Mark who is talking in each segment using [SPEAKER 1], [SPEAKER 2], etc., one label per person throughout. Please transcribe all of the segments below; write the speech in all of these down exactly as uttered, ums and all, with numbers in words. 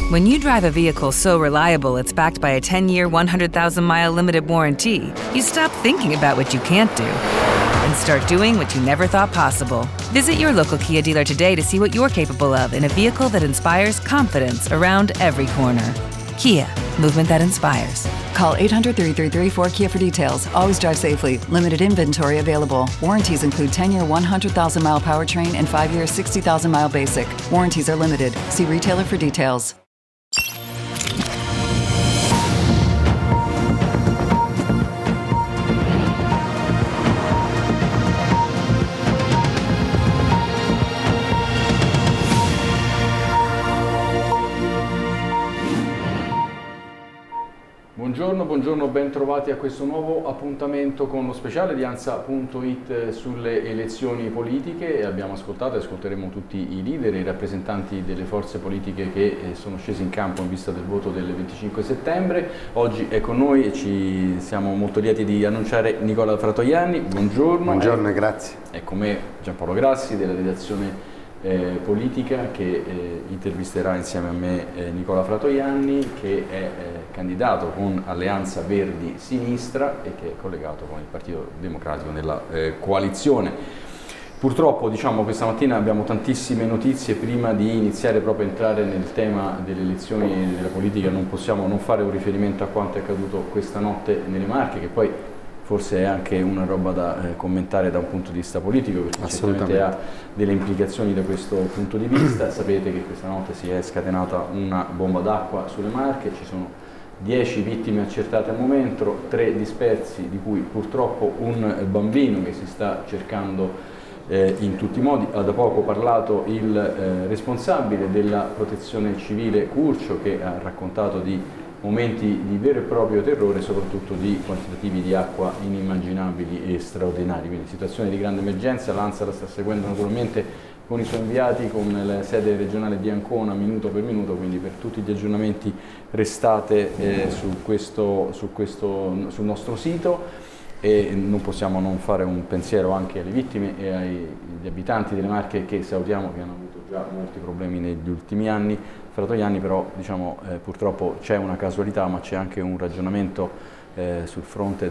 [SPEAKER 1] When you drive a vehicle so reliable it's backed by a ten-year, one hundred thousand mile limited warranty, you stop thinking about what you can't do and start doing what you never thought possible. Visit your local Kia dealer today to see what you're capable of in a vehicle that inspires confidence around every corner. Kia, movement that inspires.
[SPEAKER 2] Call eight hundred, three three three, four Kia for details. Always drive safely. Limited inventory available. Warranties include ten-year, one hundred thousand mile powertrain and five-year, sixty thousand mile basic. Warranties are limited. See retailer for details.
[SPEAKER 3] Buongiorno, buongiorno, ben trovati a questo nuovo appuntamento con lo speciale di Ansa punto it sulle elezioni politiche. Abbiamo ascoltato e ascolteremo tutti i leader e i rappresentanti delle forze politiche che sono scesi in campo in vista del voto del venticinque settembre. Oggi è con noi e ci siamo molto lieti di annunciare Nicola Fratoianni. Buongiorno.
[SPEAKER 4] Buongiorno e grazie.
[SPEAKER 3] È con me Giampaolo Grassi della redazione Eh, politica che eh, intervisterà insieme a me eh, Nicola Fratoianni, che è eh, candidato con Alleanza Verdi Sinistra e che è collegato con il Partito Democratico nella eh, coalizione. Purtroppo, diciamo, questa mattina abbiamo tantissime notizie. Prima di iniziare proprio a entrare nel tema delle elezioni e della politica non possiamo non fare un riferimento a quanto è accaduto questa notte nelle Marche, che poi forse è anche una roba da eh, commentare da un punto di vista politico, perché certamente ha delle implicazioni da questo punto di vista. Sapete che questa notte si è scatenata una bomba d'acqua sulle Marche, ci sono dieci vittime accertate al momento, tre dispersi, di cui purtroppo un bambino che si sta cercando eh, in tutti i modi. Ha da poco parlato il eh, responsabile della protezione civile Curcio, che ha raccontato di momenti di vero e proprio terrore, soprattutto di quantitativi di acqua inimmaginabili e straordinari. Quindi situazione di grande emergenza. l'Ansa la sta seguendo naturalmente con i suoi inviati, con la sede regionale di Ancona minuto per minuto, quindi per tutti gli aggiornamenti restate eh, su questo, su questo, sul nostro sito. E non possiamo non fare un pensiero anche alle vittime e agli abitanti delle Marche, che salutiamo, che hanno avuto già molti problemi negli ultimi anni. Fratoianni, però, diciamo, eh, purtroppo c'è una casualità, ma c'è anche un ragionamento eh, sul fronte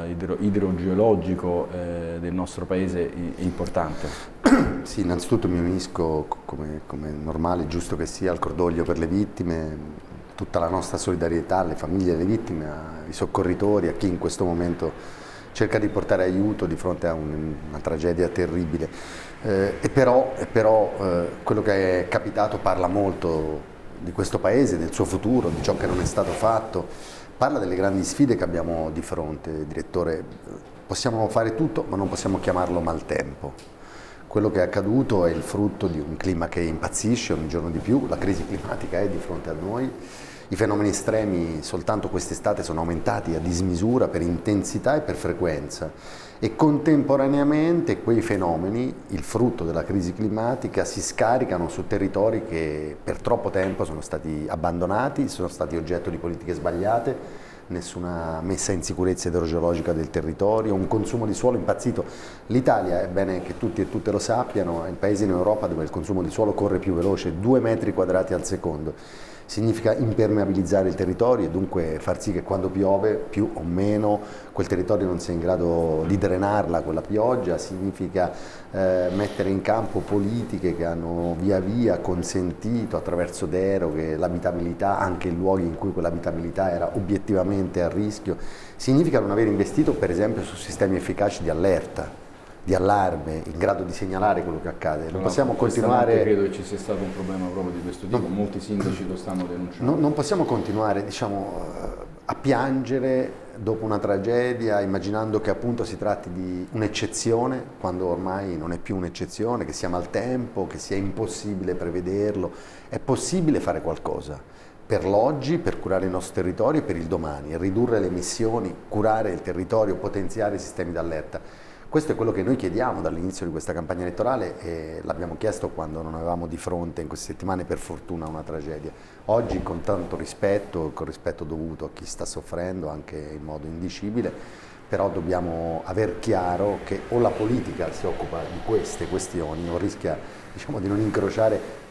[SPEAKER 3] dell'idrogeologico eh, del nostro paese importante.
[SPEAKER 4] Sì, innanzitutto mi unisco, come, come normale e giusto che sia, al cordoglio per le vittime, tutta la nostra solidarietà alle famiglie delle vittime, ai soccorritori, a chi in questo momento cerca di portare aiuto di fronte a un, una tragedia terribile. Eh, e però, e però eh, quello che è capitato parla molto di questo paese, del suo futuro, di ciò che non è stato fatto, parla delle grandi sfide che abbiamo di fronte. Direttore, possiamo fare tutto, ma non possiamo chiamarlo maltempo. Quello che è accaduto è il frutto di un clima che impazzisce ogni giorno di più, la crisi climatica è di fronte a noi. I fenomeni estremi soltanto quest'estate sono aumentati a dismisura per intensità e per frequenza, e contemporaneamente quei fenomeni, il frutto della crisi climatica, si scaricano su territori che per troppo tempo sono stati abbandonati, sono stati oggetto di politiche sbagliate, nessuna messa in sicurezza idrogeologica del territorio, un consumo di suolo impazzito. L'Italia, è bene che tutti e tutte lo sappiano, è il paese in Europa dove il consumo di suolo corre più veloce, due metri quadrati al secondo. Significa impermeabilizzare il territorio e dunque far sì che quando piove, più o meno, quel territorio non sia in grado di drenarla quella pioggia. Significa eh, mettere in campo politiche che hanno via via consentito, attraverso deroghe, l'abitabilità anche in luoghi in cui quell'abitabilità era obiettivamente a rischio. Significa non aver investito per esempio su sistemi efficaci di allerta, di allarme, in grado di segnalare quello che accade. Non possiamo continuare.
[SPEAKER 3] Credo che ci sia stato un problema proprio di questo tipo, no, molti sindaci lo stanno denunciando.
[SPEAKER 4] No, non possiamo continuare, diciamo, a piangere dopo una tragedia, immaginando che appunto si tratti di un'eccezione, quando ormai non è più un'eccezione, che sia maltempo, che sia impossibile prevederlo. È possibile fare qualcosa per l'oggi, per curare il nostro territorio e per il domani, ridurre le emissioni, curare il territorio, potenziare i sistemi d'allerta. Questo è quello che noi chiediamo dall'inizio di questa campagna elettorale e l'abbiamo chiesto quando non avevamo di fronte in queste settimane, per fortuna, una tragedia. Oggi, con tanto rispetto, con rispetto dovuto a chi sta soffrendo anche in modo indicibile, però dobbiamo aver chiaro che o la politica si occupa di queste questioni o rischia, diciamo, di non incrociare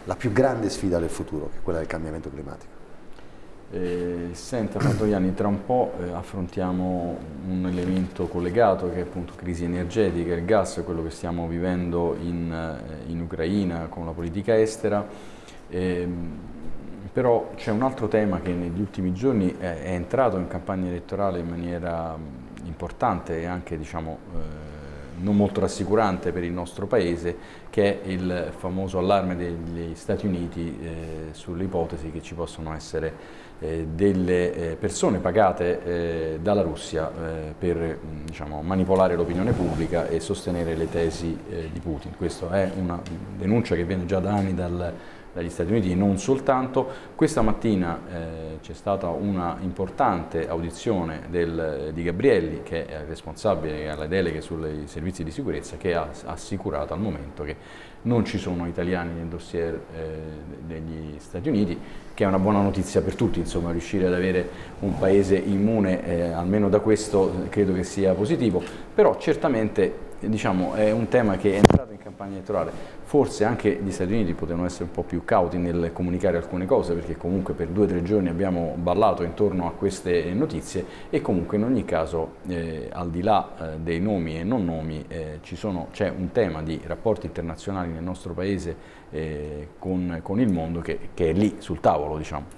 [SPEAKER 4] la più grande sfida del futuro, che è quella del cambiamento climatico?
[SPEAKER 3] Eh, senta Fratoianni, tra un po' eh, affrontiamo un elemento collegato che è appunto crisi energetica, il gas, quello che stiamo vivendo in, eh, in Ucraina con la politica estera, eh, però c'è un altro tema che negli ultimi giorni è, è entrato in campagna elettorale in maniera importante e anche diciamo eh, non molto rassicurante per il nostro Paese, che è il famoso allarme degli Stati Uniti eh, sull'ipotesi che ci possono essere eh, delle eh, persone pagate eh, dalla Russia eh, per diciamo, manipolare l'opinione pubblica e sostenere le tesi eh, di Putin. Questa è una denuncia che viene già da anni dal dagli Stati Uniti, non soltanto. Questa mattina eh, c'è stata una importante audizione del, di Gabrielli, che è responsabile alle deleghe sui servizi di sicurezza, che ha assicurato al momento che non ci sono italiani nel dossier eh, degli Stati Uniti, che è una buona notizia per tutti, insomma, riuscire ad avere un paese immune, eh, almeno da questo credo che sia positivo, però certamente diciamo, è un tema che è entrato in campagna elettorale. Forse anche gli Stati Uniti potevano essere un po' più cauti nel comunicare alcune cose, perché comunque per due o tre giorni abbiamo ballato intorno a queste notizie e comunque in ogni caso eh, al di là eh, dei nomi e non nomi eh, ci sono, c'è un tema di rapporti internazionali nel nostro paese eh, con, con il mondo che, che è lì sul tavolo, diciamo.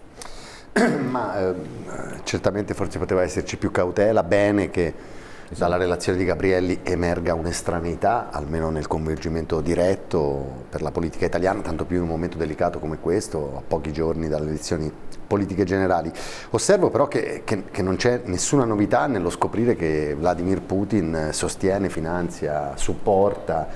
[SPEAKER 4] Ma eh, certamente forse poteva esserci più cautela, bene che dalla relazione di Gabrielli emerga un'estraneità, almeno nel coinvolgimento diretto per la politica italiana, tanto più in un momento delicato come questo, a pochi giorni dalle elezioni politiche generali. Osservo però che, che, che non c'è nessuna novità nello scoprire che Vladimir Putin sostiene, finanzia, supporta,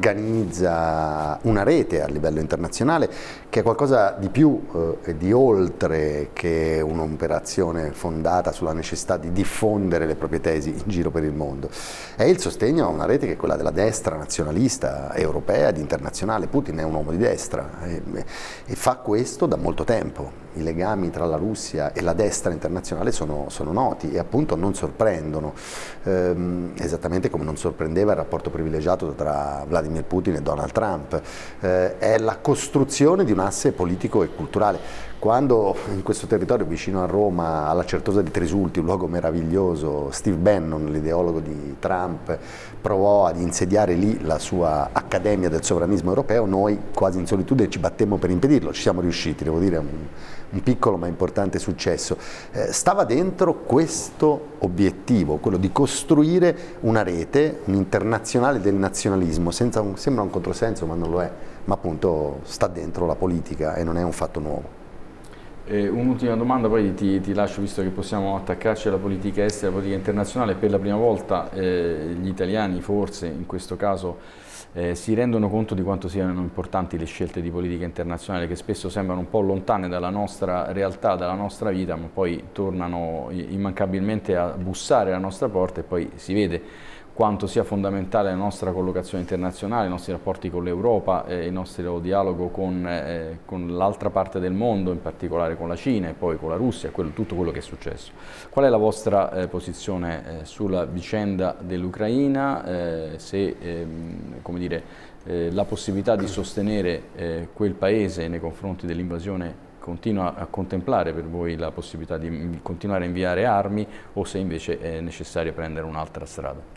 [SPEAKER 4] organizza una rete a livello internazionale che è qualcosa di più e eh, di oltre che un'operazione fondata sulla necessità di diffondere le proprie tesi in giro per il mondo. È il sostegno a una rete che è quella della destra nazionalista europea ed internazionale. Putin è un uomo di destra e, e fa questo da molto tempo. I legami tra la Russia e la destra internazionale sono, sono noti e appunto non sorprendono, ehm, esattamente come non sorprendeva il rapporto privilegiato tra Vladimir Putin e Donald Trump. Eh, è la costruzione di un asse politico e culturale. Quando in questo territorio vicino a Roma, alla Certosa di Trisulti, un luogo meraviglioso, Steve Bannon, l'ideologo di Trump, provò ad insediare lì la sua Accademia del Sovranismo Europeo, noi quasi in solitudine ci battemmo per impedirlo, ci siamo riusciti, devo dire, un, un piccolo ma importante successo. Eh, stava dentro questo obiettivo, quello di costruire una rete, un internazionale del nazionalismo, senza un, sembra un controsenso ma non lo è, ma appunto sta dentro la politica e non è un fatto nuovo.
[SPEAKER 3] Eh, un'ultima domanda, poi ti, ti lascio, visto che possiamo attaccarci alla politica estera, alla politica internazionale. Per la prima volta eh, gli italiani, forse in questo caso, eh, si rendono conto di quanto siano importanti le scelte di politica internazionale, che spesso sembrano un po' lontane dalla nostra realtà, dalla nostra vita, ma poi tornano immancabilmente a bussare alla nostra porta e poi si vede quanto sia fondamentale la nostra collocazione internazionale, i nostri rapporti con l'Europa, eh, il nostro dialogo con, eh, con l'altra parte del mondo, in particolare con la Cina e poi con la Russia, quello, tutto quello che è successo. Qual è la vostra eh, posizione eh, sulla vicenda dell'Ucraina, eh, se ehm, come dire, eh, la possibilità di sostenere eh, quel paese nei confronti dell'invasione continua a contemplare per voi la possibilità di continuare a inviare armi o se invece è necessario prendere un'altra strada?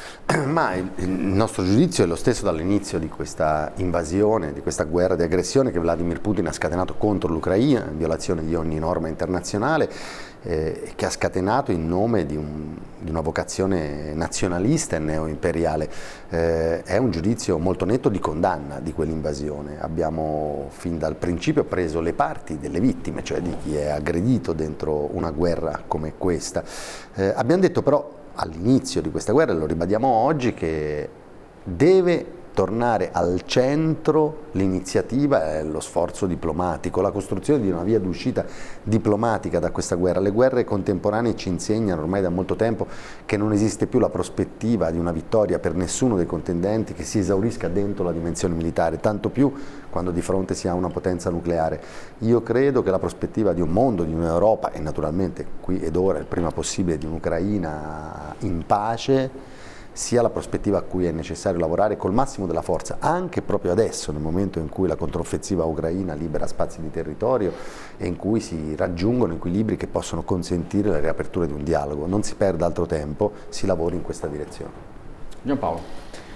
[SPEAKER 4] Ma il, il nostro giudizio è lo stesso dall'inizio di questa invasione, di questa guerra di aggressione che Vladimir Putin ha scatenato contro l'Ucraina, in violazione di ogni norma internazionale, eh, che ha scatenato in nome di, un, di una vocazione nazionalista e neoimperiale. Eh, è un giudizio molto netto di condanna di quell'invasione. Abbiamo fin dal principio preso le parti delle vittime, cioè di chi è aggredito dentro una guerra come questa. Eh, abbiamo detto però all'inizio di questa guerra, e lo ribadiamo oggi, che deve tornare al centro l'iniziativa e lo sforzo diplomatico, la costruzione di una via d'uscita diplomatica da questa guerra. Le guerre contemporanee ci insegnano ormai da molto tempo che non esiste più la prospettiva di una vittoria per nessuno dei contendenti che si esaurisca dentro la dimensione militare, tanto più quando di fronte si ha una potenza nucleare. Io credo che la prospettiva di un mondo, di un'Europa e naturalmente qui ed ora il prima possibile di un'Ucraina in pace sia la prospettiva a cui è necessario lavorare col massimo della forza, anche proprio adesso, nel momento in cui la controffensiva ucraina libera spazi di territorio e in cui si raggiungono equilibri che possono consentire la riapertura di un dialogo. Non si perda altro tempo, si lavori in questa direzione.
[SPEAKER 3] Giampaolo.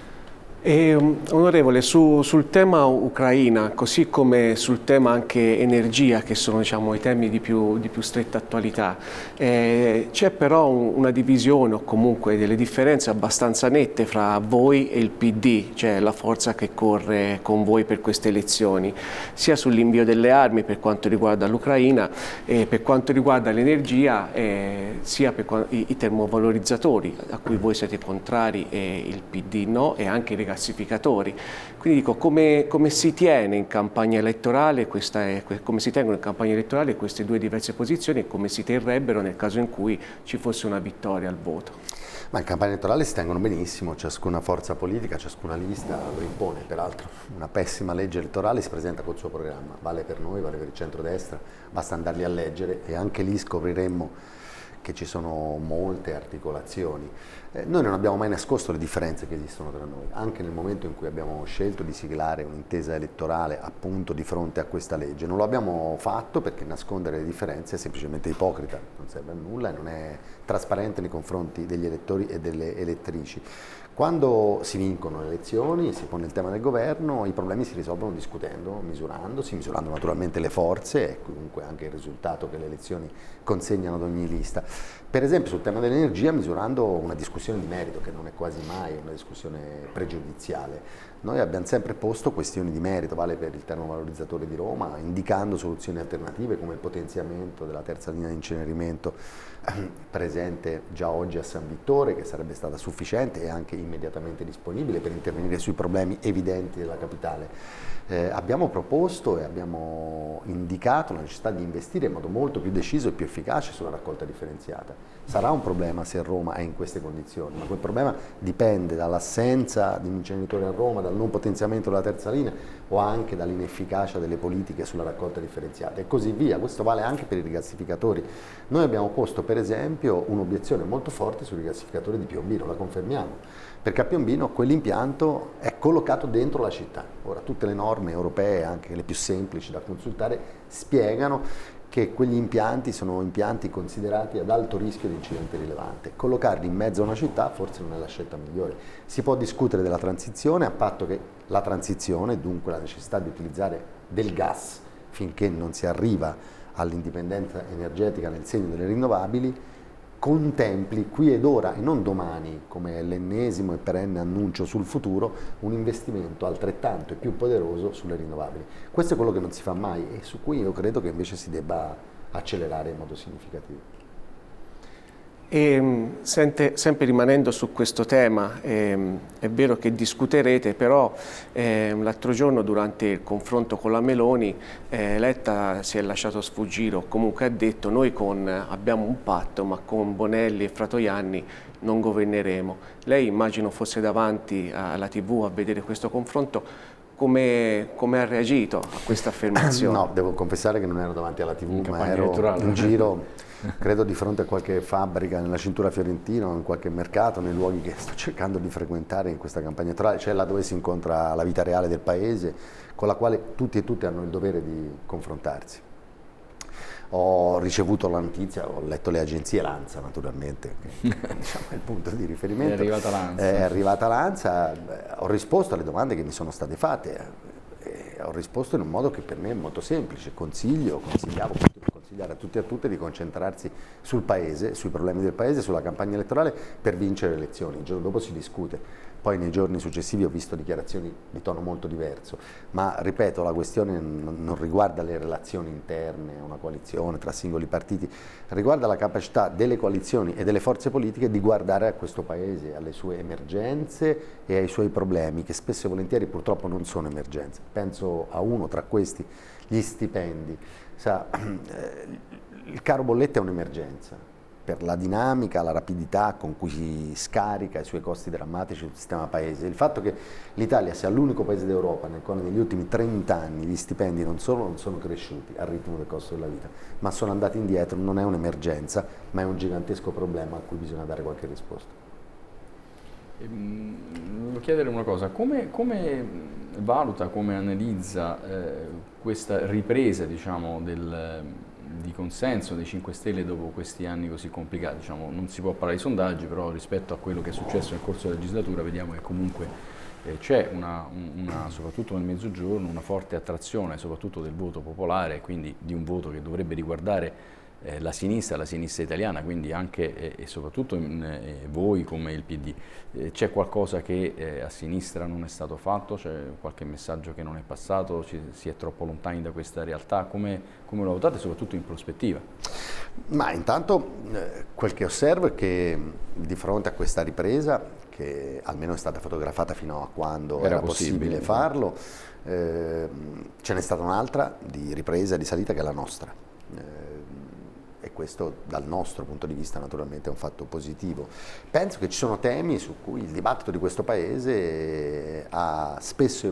[SPEAKER 5] E, onorevole, su, sul tema Ucraina, così come sul tema anche energia, che sono diciamo, i temi di più, di più stretta attualità, eh, c'è però un, una divisione o comunque delle differenze abbastanza nette fra voi e il P D, cioè la forza che corre con voi per queste elezioni, sia sull'invio delle armi per quanto riguarda l'Ucraina e per quanto riguarda l'energia, eh, sia per i, i termovalorizzatori a cui voi siete contrari e il P D no, e anche i gassificatori. Quindi dico, come, come si tiene in campagna elettorale questa è, come si tengono in campagna elettorale queste due diverse posizioni e come si terrebbero nel caso in cui ci fosse una vittoria al voto?
[SPEAKER 4] Ma in campagna elettorale si tengono benissimo, ciascuna forza politica, ciascuna lista lo impone. Peraltro una pessima legge elettorale si presenta col suo programma, vale per noi, vale per il centrodestra, basta andarli a leggere e anche lì scopriremmo che ci sono molte articolazioni. Eh, noi non abbiamo mai nascosto le differenze che esistono tra noi, anche nel momento in cui abbiamo scelto di siglare un'intesa elettorale appunto di fronte a questa legge. Non lo abbiamo fatto perché nascondere le differenze è semplicemente ipocrita, non serve a nulla e non è trasparente nei confronti degli elettori e delle elettrici. Quando si vincono le elezioni e si pone il tema del governo, i problemi si risolvono discutendo, misurandosi, misurando naturalmente le forze e comunque anche il risultato che le elezioni consegnano ad ogni lista. Per esempio sul tema dell'energia misurando una discussione di merito, che non è quasi mai una discussione pregiudiziale. Noi abbiamo sempre posto questioni di merito, vale per il termovalorizzatore di Roma, indicando soluzioni alternative come il potenziamento della terza linea di incenerimento presente già oggi a San Vittore, che sarebbe stata sufficiente e anche immediatamente disponibile per intervenire sui problemi evidenti della capitale. Eh, abbiamo proposto e abbiamo indicato la necessità di investire in modo molto più deciso e più efficace sulla raccolta differenziata. Sarà un problema se Roma è in queste condizioni, ma quel problema dipende dall'assenza di un inceneritore a Roma, dal non potenziamento della terza linea o anche dall'inefficacia delle politiche sulla raccolta differenziata e così via. Questo vale anche per i rigassificatori. Noi abbiamo posto per esempio un'obiezione molto forte sul rigassificatore di Piombino, la confermiamo, perché a Piombino quell'impianto è collocato dentro la città. Ora tutte le norme europee, anche le più semplici da consultare, spiegano che quegli impianti sono impianti considerati ad alto rischio di incidente rilevante. Collocarli in mezzo a una città forse non è la scelta migliore. Si può discutere della transizione a patto che la transizione, dunque la necessità di utilizzare del gas finché non si arriva all'indipendenza energetica nel segno delle rinnovabili, contempli qui ed ora e non domani, come l'ennesimo e perenne annuncio sul futuro, un investimento altrettanto e più poderoso sulle rinnovabili. Questo è quello che non si fa mai e su cui io credo che invece si debba accelerare in modo significativo.
[SPEAKER 5] E, sente, sempre rimanendo su questo tema, ehm, è vero che discuterete, però ehm, l'altro giorno durante il confronto con la Meloni eh, Letta si è lasciato sfuggire o comunque ha detto noi con, abbiamo un patto ma con Bonelli e Fratoianni non governeremo. Lei immagino fosse davanti alla tivù a vedere questo confronto. Come, come ha reagito a questa affermazione?
[SPEAKER 4] No, devo confessare che non ero davanti alla tivù,
[SPEAKER 3] in
[SPEAKER 4] ma ero elettorale. In giro, credo di fronte a qualche fabbrica nella cintura fiorentina, in qualche mercato, nei luoghi che sto cercando di frequentare in questa campagna elettorale, cioè là dove si incontra la vita reale del paese, con la quale tutti e tutte hanno il dovere di confrontarsi. Ho ricevuto la notizia, ho letto le agenzie, l'ANSA naturalmente, che diciamo, è il punto di riferimento.
[SPEAKER 3] È arrivata l'ANSA.
[SPEAKER 4] È arrivata l'ANSA, ho risposto alle domande che mi sono state fatte, e ho risposto in un modo che per me è molto semplice, consiglio, consigliavo, consigliare a tutti e a tutte di concentrarsi sul paese, sui problemi del paese, sulla campagna elettorale per vincere le elezioni, il giorno dopo si discute. Poi nei giorni successivi ho visto dichiarazioni di tono molto diverso, ma ripeto, la questione non riguarda le relazioni interne a una coalizione tra singoli partiti, riguarda la capacità delle coalizioni e delle forze politiche di guardare a questo Paese, alle sue emergenze e ai suoi problemi, che spesso e volentieri purtroppo non sono emergenze. Penso a uno tra questi, gli stipendi. Sa, il caro bolletta è un'emergenza. Per la dinamica, la rapidità con cui si scarica i suoi costi drammatici sul sistema paese. Il fatto che l'Italia sia l'unico paese d'Europa nel quale negli ultimi trenta anni gli stipendi non solo non sono cresciuti al ritmo del costo della vita, ma sono andati indietro, non è un'emergenza, ma è un gigantesco problema a cui bisogna dare qualche risposta.
[SPEAKER 3] Volevo chiedere una cosa, come, come valuta, come analizza eh, questa ripresa, diciamo, del, di consenso dei cinque Stelle dopo questi anni così complicati? Diciamo, non si può parlare di sondaggi, però rispetto a quello che è successo nel corso della legislatura vediamo che comunque eh, c'è una, una, soprattutto nel Mezzogiorno, una forte attrazione soprattutto del voto popolare, quindi di un voto che dovrebbe riguardare Eh, la sinistra, la sinistra italiana, quindi anche eh, e soprattutto in, eh, voi come il P D. Eh, c'è qualcosa che eh, a sinistra non è stato fatto? C'è qualche messaggio che non è passato? Ci, si è troppo lontani da questa realtà? Come, come lo valutate, soprattutto in prospettiva?
[SPEAKER 4] Ma intanto eh, quel che osservo è che di fronte a questa ripresa, che almeno è stata fotografata fino a quando era, era possibile, possibile farlo, eh, ce n'è stata un'altra di ripresa, di salita, che è la nostra. Eh, E questo dal nostro punto di vista naturalmente è un fatto positivo. Penso che ci sono temi su cui il dibattito di questo Paese ha spesso e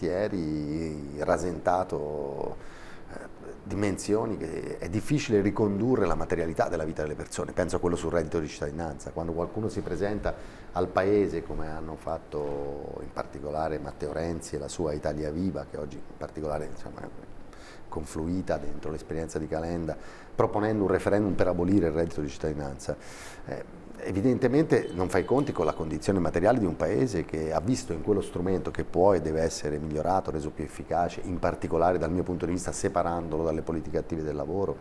[SPEAKER 4] volentieri rasentato eh, dimensioni che è difficile ricondurre la materialità della vita delle persone. Penso a quello sul reddito di cittadinanza. Quando qualcuno si presenta al Paese, come hanno fatto in particolare Matteo Renzi e la sua Italia Viva, che oggi in particolare insomma confluita dentro l'esperienza di Calenda, proponendo un referendum per abolire il reddito di cittadinanza, eh, evidentemente non fa i conti con la condizione materiale di un Paese che ha visto in quello strumento, che può e deve essere migliorato, reso più efficace, in particolare dal mio punto di vista separandolo dalle politiche attive del lavoro,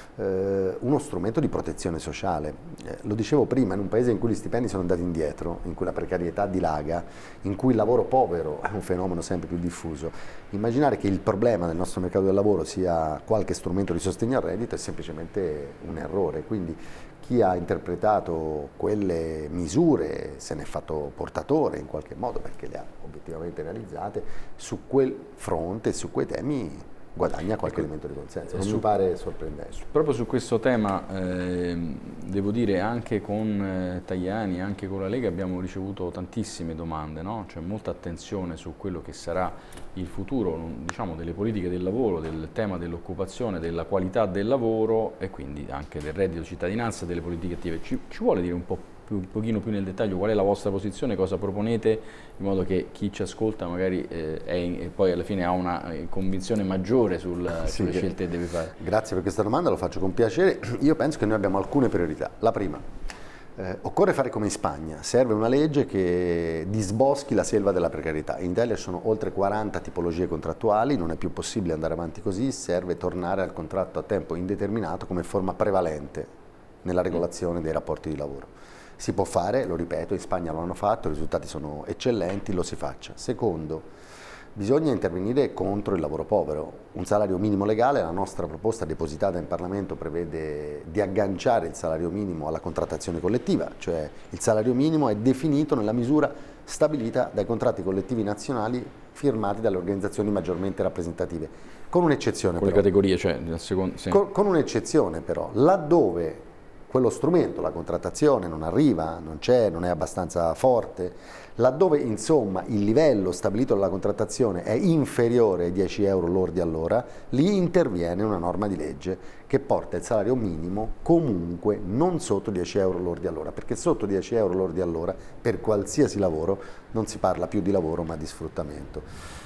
[SPEAKER 4] eh, uno strumento di protezione sociale. Eh, lo dicevo prima, in un Paese in cui gli stipendi sono andati indietro, in cui la precarietà dilaga, in cui il lavoro povero è un fenomeno sempre più diffuso, immaginare che il problema del nostro mercato del lavoro sia qualche strumento di sostegno al reddito è semplicemente un errore. Quindi chi ha interpretato quelle misure se ne è fatto portatore in qualche modo, perché le ha obiettivamente realizzate, su quel fronte, su quei temi guadagna qualche ecco, elemento di consenso, non su, mi pare sorprendente.
[SPEAKER 3] Proprio su questo tema, eh, devo dire, anche con eh, Tajani, anche con la Lega abbiamo ricevuto tantissime domande, no? C'è molta attenzione su quello che sarà il futuro, diciamo, delle politiche del lavoro, del tema dell'occupazione, della qualità del lavoro e quindi anche del reddito di cittadinanza e delle politiche attive. Ci, ci vuole dire un po' più, un pochino più nel dettaglio qual è la vostra posizione, cosa proponete, in modo che chi ci ascolta magari eh, è in, e poi alla fine ha una eh, convinzione maggiore sul, sì, sulle scelte che deve fare?
[SPEAKER 4] Grazie per questa domanda, lo faccio con piacere. Io penso che noi abbiamo alcune priorità. La prima, eh, occorre fare come in Spagna, serve una legge che disboschi la selva della precarietà. In Italia ci sono oltre quaranta tipologie contrattuali, non è più possibile andare avanti così, serve tornare al contratto a tempo indeterminato come forma prevalente nella regolazione dei rapporti di lavoro. Si può fare, lo ripeto, in Spagna lo hanno fatto, i risultati sono eccellenti, lo si faccia. Secondo, bisogna intervenire contro il lavoro povero. Un salario minimo legale, la nostra proposta depositata in Parlamento prevede di agganciare il salario minimo alla contrattazione collettiva, cioè il salario minimo è definito nella misura stabilita dai contratti collettivi nazionali firmati dalle organizzazioni maggiormente rappresentative, con un'eccezione.
[SPEAKER 3] Con le categorie, cioè nel secondo, sì.
[SPEAKER 4] con, con un'eccezione però, laddove quello strumento, la contrattazione, non arriva, non c'è, non è abbastanza forte, laddove insomma il livello stabilito dalla contrattazione è inferiore ai dieci euro lordi all'ora, lì interviene una norma di legge che porta il salario minimo comunque non sotto dieci euro lordi all'ora, perché sotto dieci euro lordi all'ora per qualsiasi lavoro non si parla più di lavoro ma di sfruttamento.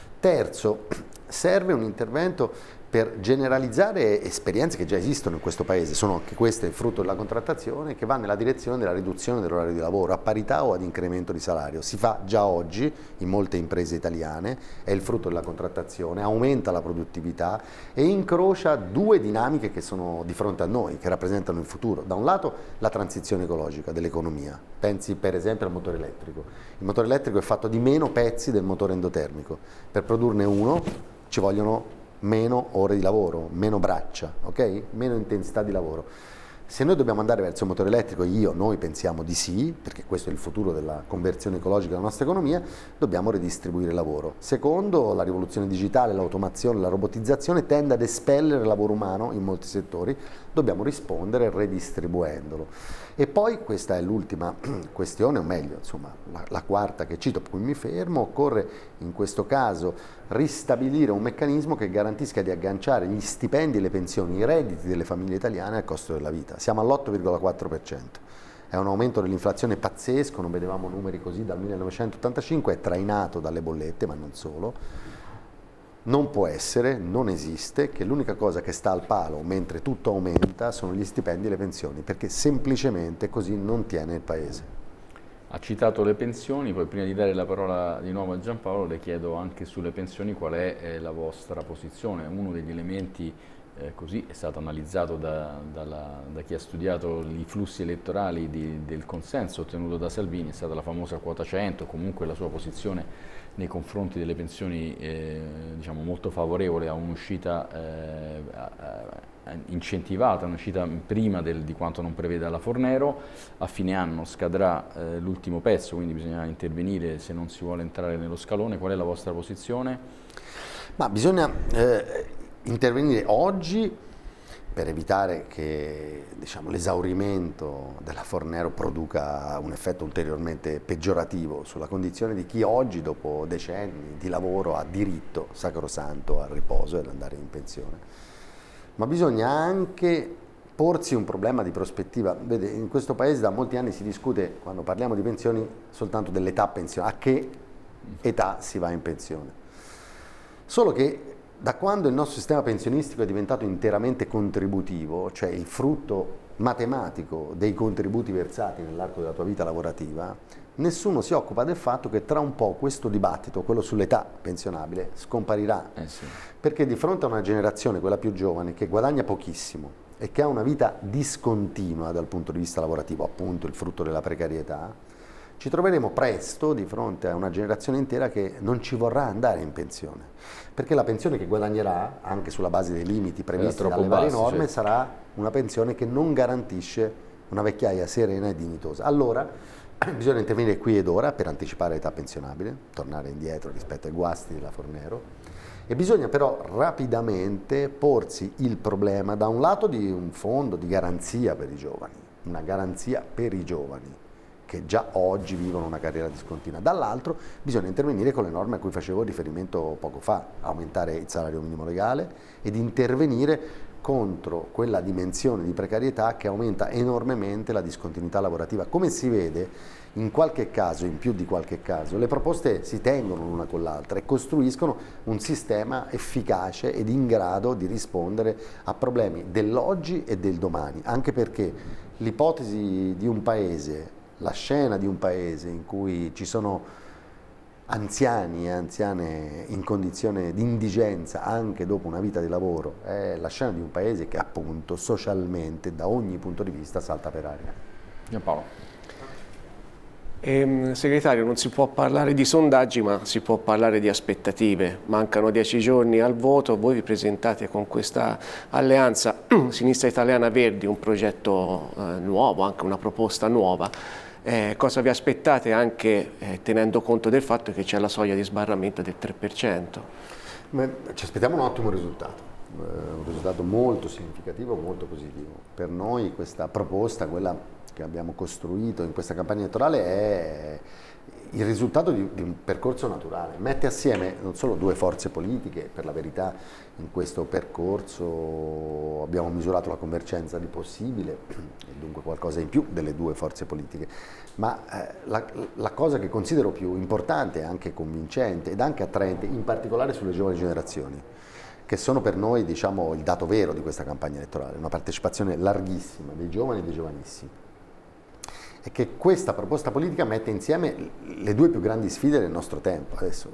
[SPEAKER 4] Terzo, serve un intervento per generalizzare esperienze che già esistono in questo Paese, sono anche queste il frutto della contrattazione, che va nella direzione della riduzione dell'orario di lavoro a parità o ad incremento di salario. Si fa già oggi in molte imprese italiane, è il frutto della contrattazione, aumenta la produttività e incrocia due dinamiche che sono di fronte a noi, che rappresentano il futuro. Da un lato la transizione ecologica dell'economia, pensi per esempio al motore elettrico. Il motore elettrico è fatto di meno pezzi del motore endotermico, per produrne uno ci vogliono meno ore di lavoro, meno braccia, ok? Meno intensità di lavoro. Se noi dobbiamo andare verso il motore elettrico, io, noi pensiamo di sì, perché questo è il futuro della conversione ecologica della nostra economia, dobbiamo ridistribuire il lavoro. Secondo, la rivoluzione digitale, l'automazione, la robotizzazione tende ad espellere il lavoro umano in molti settori, dobbiamo rispondere redistribuendolo. E poi, questa è l'ultima questione, o meglio, insomma, la, la quarta che cito, per cui mi fermo, occorre in questo caso ristabilire un meccanismo che garantisca di agganciare gli stipendi e le pensioni, i redditi delle famiglie italiane al costo della vita. Siamo all'otto virgola quattro per cento. è un aumento dell'inflazione pazzesco, non vedevamo numeri così dal millenovecentottantacinque, è trainato dalle bollette, ma non solo. Non può essere, non esiste, che l'unica cosa che sta al palo mentre tutto aumenta sono gli stipendi e le pensioni, perché semplicemente così non tiene il Paese.
[SPEAKER 3] Ha citato le pensioni, poi prima di dare la parola di nuovo a Giampaolo le chiedo anche sulle pensioni qual è eh, la vostra posizione. Uno degli elementi, eh, così è stato analizzato da, dalla, da chi ha studiato i flussi elettorali di, del consenso ottenuto da Salvini, è stata la famosa quota cento, comunque la sua posizione nei confronti delle pensioni eh, diciamo molto favorevole a un'uscita eh, incentivata, un'uscita prima del, di quanto non preveda la Fornero. A fine anno scadrà eh, l'ultimo pezzo, quindi bisogna intervenire se non si vuole entrare nello scalone. Qual è la vostra posizione?
[SPEAKER 4] Ma bisogna eh, intervenire oggi per evitare che diciamo, l'esaurimento della Fornero produca un effetto ulteriormente peggiorativo sulla condizione di chi oggi, dopo decenni di lavoro, ha diritto sacrosanto al riposo e ad andare in pensione. Ma bisogna anche porsi un problema di prospettiva. Vede, in questo Paese da molti anni si discute, quando parliamo di pensioni, soltanto dell'età pensionale, a che età si va in pensione. Solo che da quando il nostro sistema pensionistico è diventato interamente contributivo, cioè il frutto matematico dei contributi versati nell'arco della tua vita lavorativa, nessuno si occupa del fatto che tra un po' questo dibattito, quello sull'età pensionabile, scomparirà.
[SPEAKER 3] Eh sì.
[SPEAKER 4] Perché di fronte a una generazione, quella più giovane, che guadagna pochissimo e che ha una vita discontinua dal punto di vista lavorativo, appunto il frutto della precarietà, ci troveremo presto di fronte a una generazione intera che non ci vorrà andare in pensione, perché la pensione che guadagnerà, anche sulla base dei limiti previsti dalle varie norme, certo, sarà una pensione che non garantisce una vecchiaia serena e dignitosa. Allora bisogna intervenire qui ed ora per anticipare l'età pensionabile, tornare indietro rispetto ai guasti della Fornero, e bisogna però rapidamente porsi il problema da un lato di un fondo di garanzia per i giovani, una garanzia per i giovani che già oggi vivono una carriera discontinua. Dall'altro bisogna intervenire con le norme a cui facevo riferimento poco fa, aumentare il salario minimo legale ed intervenire contro quella dimensione di precarietà che aumenta enormemente la discontinuità lavorativa. Come si vede, in qualche caso, in più di qualche caso, le proposte si tengono l'una con l'altra e costruiscono un sistema efficace ed in grado di rispondere a problemi dell'oggi e del domani, anche perché l'ipotesi di un paese, la scena di un paese in cui ci sono anziani e anziane in condizione di indigenza anche dopo una vita di lavoro, è la scena di un paese che appunto socialmente da ogni punto di vista salta per aria.
[SPEAKER 3] Giampaolo.
[SPEAKER 5] Eh, segretario, non si può parlare di sondaggi, ma si può parlare di aspettative. Mancano dieci giorni al voto, voi vi presentate con questa alleanza Sinistra Italiana Verdi, un progetto eh, nuovo, anche una proposta nuova. Eh, cosa vi aspettate anche eh, tenendo conto del fatto che c'è la soglia di sbarramento del tre per cento?
[SPEAKER 4] Ci aspettiamo un ottimo risultato, eh, un risultato molto significativo, molto positivo. Per noi questa proposta, quella che abbiamo costruito in questa campagna elettorale, è il risultato di, di un percorso naturale. Mette assieme non solo due forze politiche, per la verità in questo percorso abbiamo misurato la convergenza di possibile e dunque qualcosa in più delle due forze politiche, ma eh, la, la cosa che considero più importante, anche convincente ed anche attraente, in particolare sulle giovani generazioni, che sono per noi diciamo il dato vero di questa campagna elettorale, una partecipazione larghissima dei giovani e dei giovanissimi, è che questa proposta politica mette insieme le due più grandi sfide del nostro tempo. Adesso,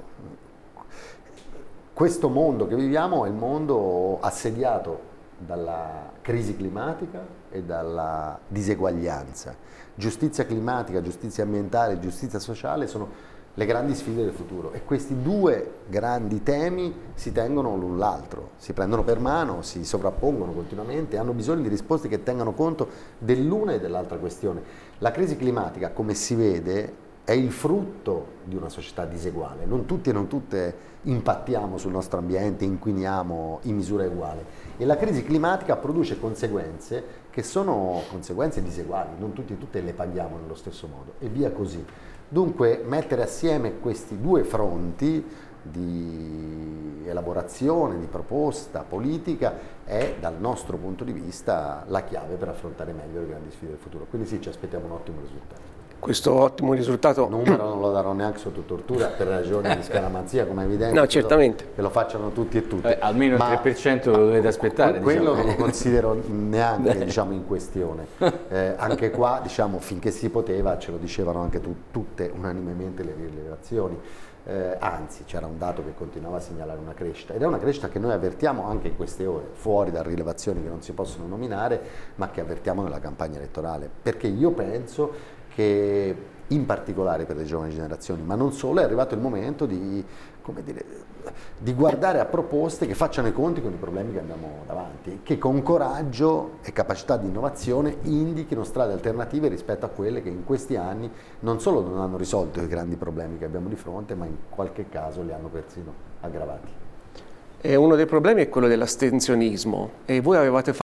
[SPEAKER 4] questo mondo che viviamo è il mondo assediato dalla crisi climatica e dalla diseguaglianza. Giustizia climatica, giustizia ambientale, giustizia sociale sono le grandi sfide del futuro e questi due grandi temi si tengono l'un l'altro, si prendono per mano, si sovrappongono continuamente, hanno bisogno di risposte che tengano conto dell'una e dell'altra questione. La crisi climatica, come si vede, è il frutto di una società diseguale, non tutti e non tutte impattiamo sul nostro ambiente, inquiniamo in misura uguale e la crisi climatica produce conseguenze che sono conseguenze diseguali, non tutti e tutte le paghiamo nello stesso modo e via così. Dunque mettere assieme questi due fronti di elaborazione, di proposta politica è dal nostro punto di vista la chiave per affrontare meglio le grandi sfide del futuro. Quindi sì, ci aspettiamo un ottimo risultato.
[SPEAKER 5] Questo ottimo risultato...
[SPEAKER 4] Il numero non lo darò neanche sotto tortura per ragioni di scaramanzia, come è evidente.
[SPEAKER 5] No, certamente.
[SPEAKER 4] Che lo facciano tutti e tutte.
[SPEAKER 3] Eh, almeno il
[SPEAKER 4] Ma
[SPEAKER 3] tre per cento lo dovete aspettare.
[SPEAKER 4] Quello
[SPEAKER 3] diciamo.
[SPEAKER 4] non lo considero neanche diciamo, in questione. Eh, anche qua, diciamo, finché si poteva, ce lo dicevano anche tu, tutte unanimemente le rilevazioni. Eh, anzi, c'era un dato che continuava a segnalare una crescita, ed è una crescita che noi avvertiamo anche in queste ore, fuori da rilevazioni che non si possono nominare, ma che avvertiamo nella campagna elettorale, perché io penso che in particolare per le giovani generazioni, ma non solo, è arrivato il momento di, come dire, di guardare a proposte che facciano i conti con i problemi che abbiamo davanti, che con coraggio e capacità di innovazione indichino strade alternative rispetto a quelle che in questi anni non solo non hanno risolto i grandi problemi che abbiamo di fronte, ma in qualche caso li hanno persino aggravati.
[SPEAKER 5] E uno dei problemi è quello dell'astensionismo, e voi avevate